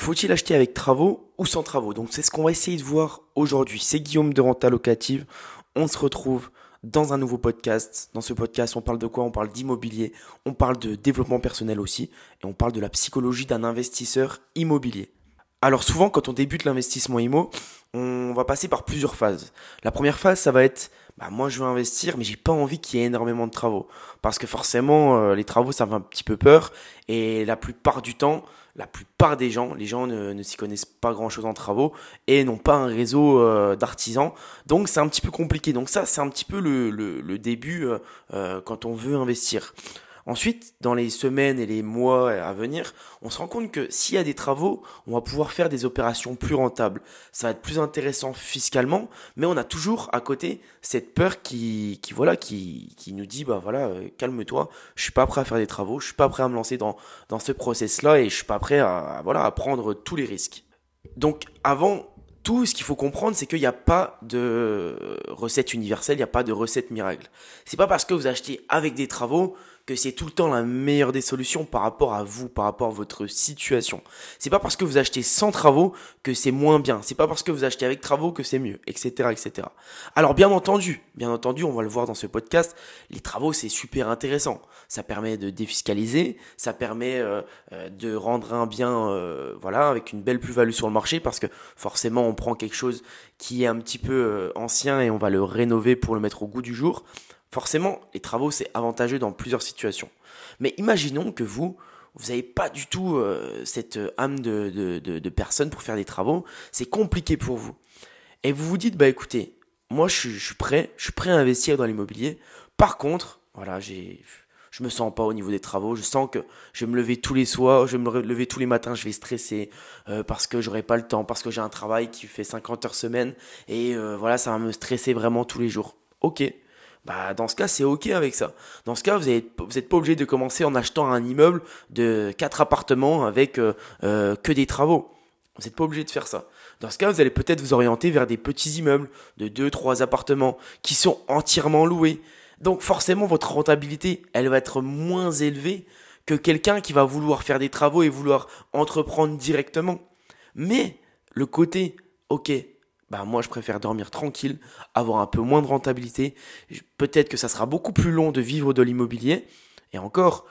Faut-il acheter avec travaux ou sans travaux? Donc c'est ce qu'on va essayer de voir aujourd'hui. C'est Guillaume de Renta Locative. On se retrouve dans un nouveau podcast. Dans ce podcast, on parle de quoi? On parle d'immobilier, on parle de développement personnel aussi, et on parle de la psychologie d'un investisseur immobilier. Alors souvent, quand on débute l'investissement IMO, on va passer par plusieurs phases. La première phase, ça va être, moi je veux investir, mais j'ai pas envie qu'il y ait énormément de travaux. Parce que forcément, les travaux, ça me fait un petit peu peur. Et la plupart du temps, la plupart des gens, les gens ne s'y connaissent pas grand-chose en travaux et n'ont pas un réseau d'artisans. Donc c'est un petit peu compliqué. Donc ça, c'est un petit peu le début quand on veut investir. Ensuite, dans les semaines et les mois à venir, on se rend compte que s'il y a des travaux, on va pouvoir faire des opérations plus rentables. Ça va être plus intéressant fiscalement, mais on a toujours à côté cette peur qui nous dit, calme-toi, je suis pas prêt à faire des travaux, je suis pas prêt à me lancer dans ce process-là et je suis pas prêt à prendre tous les risques. Donc, avant tout, ce qu'il faut comprendre, c'est qu'il n'y a pas de recette universelle, il n'y a pas de recette miracle. C'est pas parce que vous achetez avec des travaux que c'est tout le temps la meilleure des solutions par rapport à vous, par rapport à votre situation. C'est pas parce que vous achetez sans travaux que c'est moins bien. C'est pas parce que vous achetez avec travaux que c'est mieux, etc., etc. Alors bien entendu, on va le voir dans ce podcast, les travaux c'est super intéressant. Ça permet de défiscaliser, ça permet de rendre un bien, avec une belle plus-value sur le marché parce que forcément on prend quelque chose qui est un petit peu ancien et on va le rénover pour le mettre au goût du jour. Forcément, les travaux, c'est avantageux dans plusieurs situations. Mais imaginons que vous n'avez pas du tout cette âme de personne pour faire des travaux. C'est compliqué pour vous. Et vous vous dites, écoutez, moi je suis prêt à investir dans l'immobilier. Par contre, je me sens pas au niveau des travaux. Je sens que je vais me lever tous les soirs, je vais me lever tous les matins, je vais stresser parce que j'aurai pas le temps, parce que j'ai un travail qui fait 50 heures semaine et ça va me stresser vraiment tous les jours. Ok. Dans ce cas, c'est ok avec ça. Dans ce cas, vous êtes pas obligé de commencer en achetant un immeuble de 4 appartements avec que des travaux. Vous n'êtes pas obligé de faire ça. Dans ce cas, vous allez peut-être vous orienter vers des petits immeubles de 2, 3 appartements qui sont entièrement loués. Donc forcément, votre rentabilité, elle va être moins élevée que quelqu'un qui va vouloir faire des travaux et vouloir entreprendre directement. Mais le côté, ok, moi je préfère dormir tranquille, avoir un peu moins de rentabilité. Peut-être que ça sera beaucoup plus long de vivre de l'immobilier. Et encore,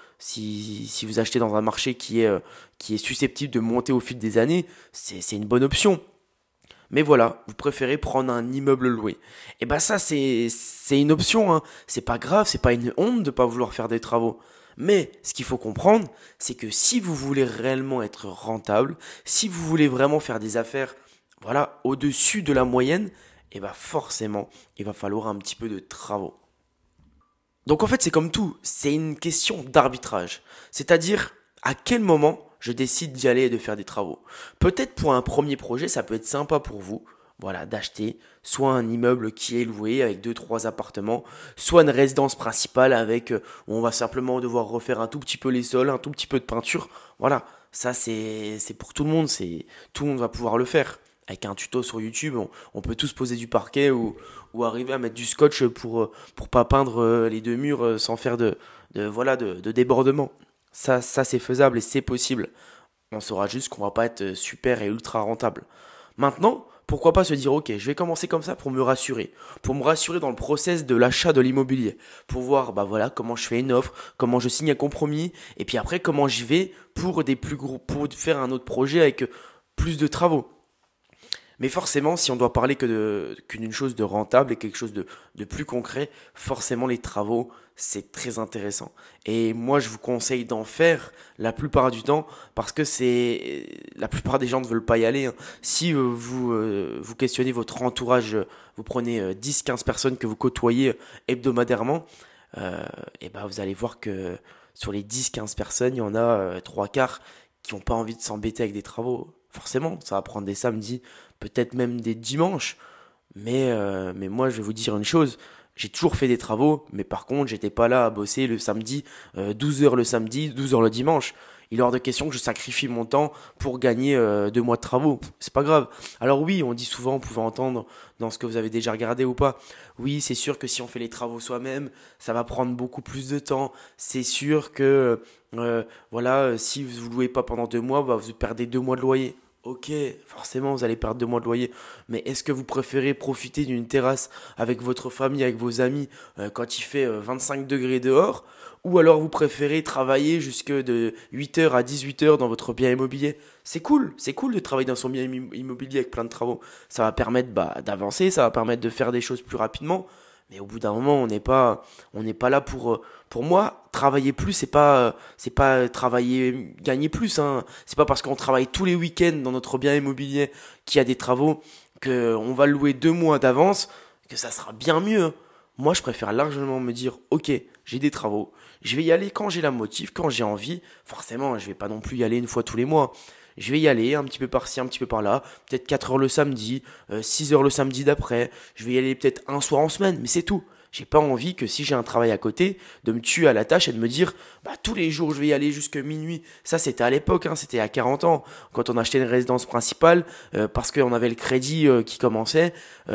si vous achetez dans un marché qui est susceptible de monter au fil des années, c'est une bonne option. Mais voilà, vous préférez prendre un immeuble loué. Et ça c'est une option, hein. C'est pas grave, c'est pas une honte de pas vouloir faire des travaux. Mais ce qu'il faut comprendre, c'est que si vous voulez réellement être rentable, si vous voulez vraiment faire des affaires au-dessus de la moyenne, forcément, il va falloir un petit peu de travaux. Donc en fait, c'est comme tout, c'est une question d'arbitrage. C'est-à-dire, à quel moment je décide d'y aller et de faire des travaux. Peut-être pour un premier projet, ça peut être sympa pour vous, d'acheter soit un immeuble qui est loué avec 2, 3 appartements, soit une résidence principale avec où on va simplement devoir refaire un tout petit peu les sols, un tout petit peu de peinture. Voilà, ça c'est pour tout le monde, tout le monde va pouvoir le faire. Avec un tuto sur YouTube, on peut tous poser du parquet ou arriver à mettre du scotch pour pas peindre les 2 murs sans faire de débordement. Ça c'est faisable et c'est possible. On saura juste qu'on va pas être super et ultra rentable. Maintenant, pourquoi pas se dire ok, je vais commencer comme ça pour me rassurer dans le process de l'achat de l'immobilier, pour voir comment je fais une offre, comment je signe un compromis et puis après comment j'y vais pour pour faire un autre projet avec plus de travaux. Mais forcément, si on doit parler qu'une chose de rentable et quelque chose de plus concret, forcément les travaux, c'est très intéressant. Et moi, je vous conseille d'en faire la plupart du temps parce que la plupart des gens ne veulent pas y aller, hein. Si vous questionnez votre entourage, vous prenez 10, 15 personnes que vous côtoyez hebdomadairement, vous allez voir que sur les 10, 15 personnes, il y en a 3 quarts qui n'ont pas envie de s'embêter avec des travaux. Forcément, ça va prendre des samedis, peut-être même des dimanches. Mais moi, je vais vous dire une chose. J'ai toujours fait des travaux, mais par contre, j'étais pas là à bosser le samedi, 12 heures le samedi, 12 heures le dimanche. Il est hors de question que je sacrifie mon temps pour gagner 2 mois de travaux. C'est pas grave. Alors oui, on dit souvent, vous pouvez entendre dans ce que vous avez déjà regardé ou pas. Oui, c'est sûr que si on fait les travaux soi-même, ça va prendre beaucoup plus de temps. C'est sûr que si vous louez pas pendant 2 mois, vous perdez 2 mois de loyer. Ok, forcément, vous allez perdre 2 mois de loyer. Mais est-ce que vous préférez profiter d'une terrasse avec votre famille, avec vos amis, quand il fait 25 degrés dehors? Ou alors vous préférez travailler jusque de 8 heures à 18 heures dans votre bien immobilier? C'est cool de travailler dans son bien immobilier avec plein de travaux. Ça va permettre d'avancer, ça va permettre de faire des choses plus rapidement. Mais au bout d'un moment, on n'est pas là pour moi, travailler plus, c'est pas travailler, gagner plus, hein. C'est pas parce qu'on travaille tous les week-ends dans notre bien immobilier qu'il y a des travaux, qu'on va le louer 2 mois d'avance, que ça sera bien mieux, hein. Moi, je préfère largement me dire, ok, j'ai des travaux, je vais y aller quand j'ai la motive, quand j'ai envie. Forcément, je vais pas non plus y aller une fois tous les mois. Je vais y aller un petit peu par-ci, un petit peu par-là, peut-être 4 heures le samedi, 6 heures le samedi d'après. Je vais y aller peut-être un soir en semaine, mais c'est tout. J'ai pas envie que si j'ai un travail à côté, de me tuer à la tâche et de me dire, bah tous les jours je vais y aller jusque minuit. Ça c'était à l'époque, hein, c'était à 40 ans, quand on achetait une résidence principale, parce qu'on avait le crédit qui commençait,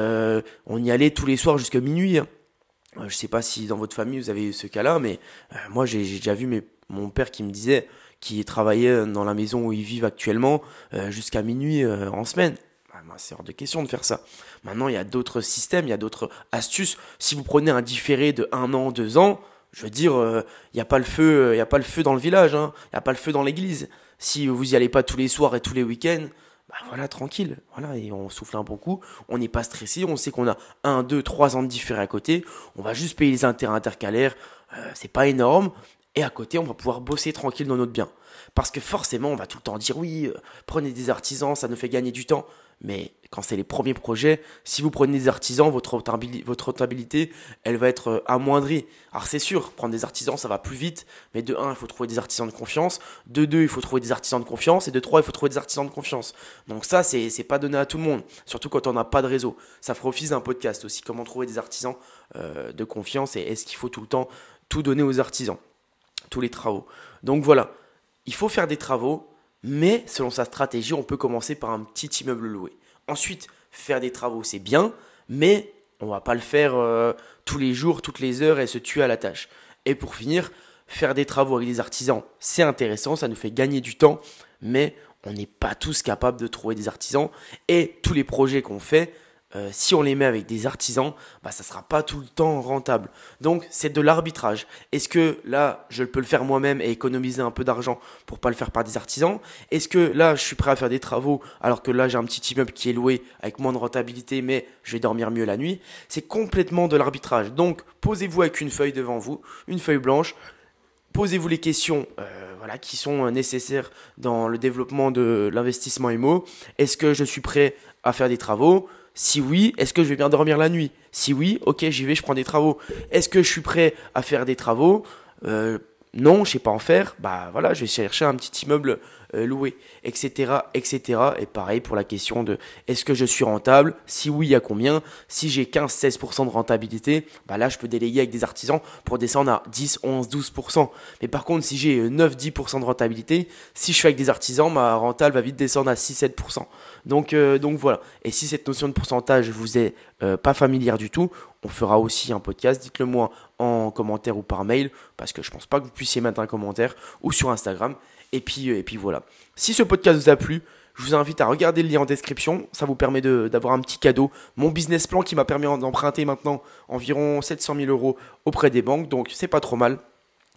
on y allait tous les soirs jusque minuit, hein. Je sais pas si dans votre famille vous avez eu ce cas-là, mais moi j'ai déjà vu mon père qui me disait qu'il travaillait dans la maison où ils vivent actuellement jusqu'à minuit en semaine. Ah, moi, c'est hors de question de faire ça. Maintenant, il y a d'autres systèmes, il y a d'autres astuces. Si vous prenez un différé de 1 an, 2 ans, je veux dire, il n'y a pas le feu, il y a pas le feu dans le village, hein. Il n'y a pas le feu dans l'église. Si vous y allez pas tous les soirs et tous les week-ends, bah voilà, tranquille. Voilà, et on souffle un bon coup. On n'est pas stressé. On sait qu'on a 1, 2, 3 ans de différé à côté. On va juste payer les intérêts intercalaires. C'est pas énorme. Et à côté, on va pouvoir bosser tranquille dans notre bien. Parce que forcément, on va tout le temps dire oui, prenez des artisans, ça nous fait gagner du temps. Mais quand c'est les premiers projets, si vous prenez des artisans, votre rentabilité, elle va être amoindrie. Alors c'est sûr, prendre des artisans, ça va plus vite. Mais de un, il faut trouver des artisans de confiance. De deux, il faut trouver des artisans de confiance. Et de trois, il faut trouver des artisans de confiance. Donc ça, c'est pas donné à tout le monde. Surtout quand on n'a pas de réseau. Ça fera office d'un podcast aussi. Comment trouver des artisans de confiance et est-ce qu'il faut tout le temps tout donner aux artisans, tous les travaux. Donc voilà, il faut faire des travaux, mais selon sa stratégie, on peut commencer par un petit immeuble loué. Ensuite, faire des travaux, c'est bien, mais on va pas le faire tous les jours, toutes les heures et se tuer à la tâche. Et pour finir, faire des travaux avec des artisans, c'est intéressant, ça nous fait gagner du temps, mais on n'est pas tous capables de trouver des artisans. Et tous les projets qu'on fait, si on les met avec des artisans, bah, ça ne sera pas tout le temps rentable. Donc c'est de l'arbitrage. Est-ce que là, je peux le faire moi-même et économiser un peu d'argent pour pas le faire par des artisans? Est-ce que là, je suis prêt à faire des travaux alors que là, j'ai un petit immeuble qui est loué avec moins de rentabilité, mais je vais dormir mieux la nuit? C'est complètement de l'arbitrage. Donc posez-vous avec une feuille devant vous, une feuille blanche. Posez-vous les questions voilà, qui sont nécessaires dans le développement de l'investissement IMO. Est-ce que je suis prêt à faire des travaux? Si oui, est-ce que je vais bien dormir la nuit? Si oui, ok, j'y vais, je prends des travaux. Est-ce que je suis prêt à faire des travaux? Non, je sais pas en faire. Bah voilà, je vais chercher un petit immeuble loué, etc., etc. Et pareil pour la question de est-ce que je suis rentable? Si oui, à combien? Si j'ai 15-16% de rentabilité, bah là, je peux déléguer avec des artisans pour descendre à 10, 11, 12%. Mais par contre, si j'ai 9-10% de rentabilité, si je fais avec des artisans, ma rentable va vite descendre à 6-7%. Donc voilà. Et si cette notion de pourcentage vous est pas familière du tout, on fera aussi un podcast. Dites-le moi en commentaire ou par mail, parce que je pense pas que vous puissiez mettre un commentaire, ou sur Instagram. Et puis voilà. Si ce podcast vous a plu, je vous invite à regarder le lien en description. Ça vous permet d'avoir un petit cadeau. Mon business plan qui m'a permis d'emprunter maintenant environ 700 000 euros auprès des banques. Donc c'est pas trop mal.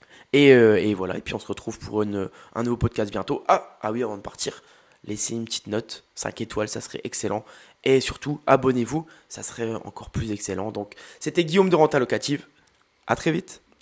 Et voilà. Et puis on se retrouve pour un nouveau podcast bientôt. Ah oui, avant de partir, laissez une petite note. 5 étoiles, ça serait excellent. Et surtout, abonnez-vous. Ça serait encore plus excellent. Donc c'était Guillaume de Renta Locative. À très vite.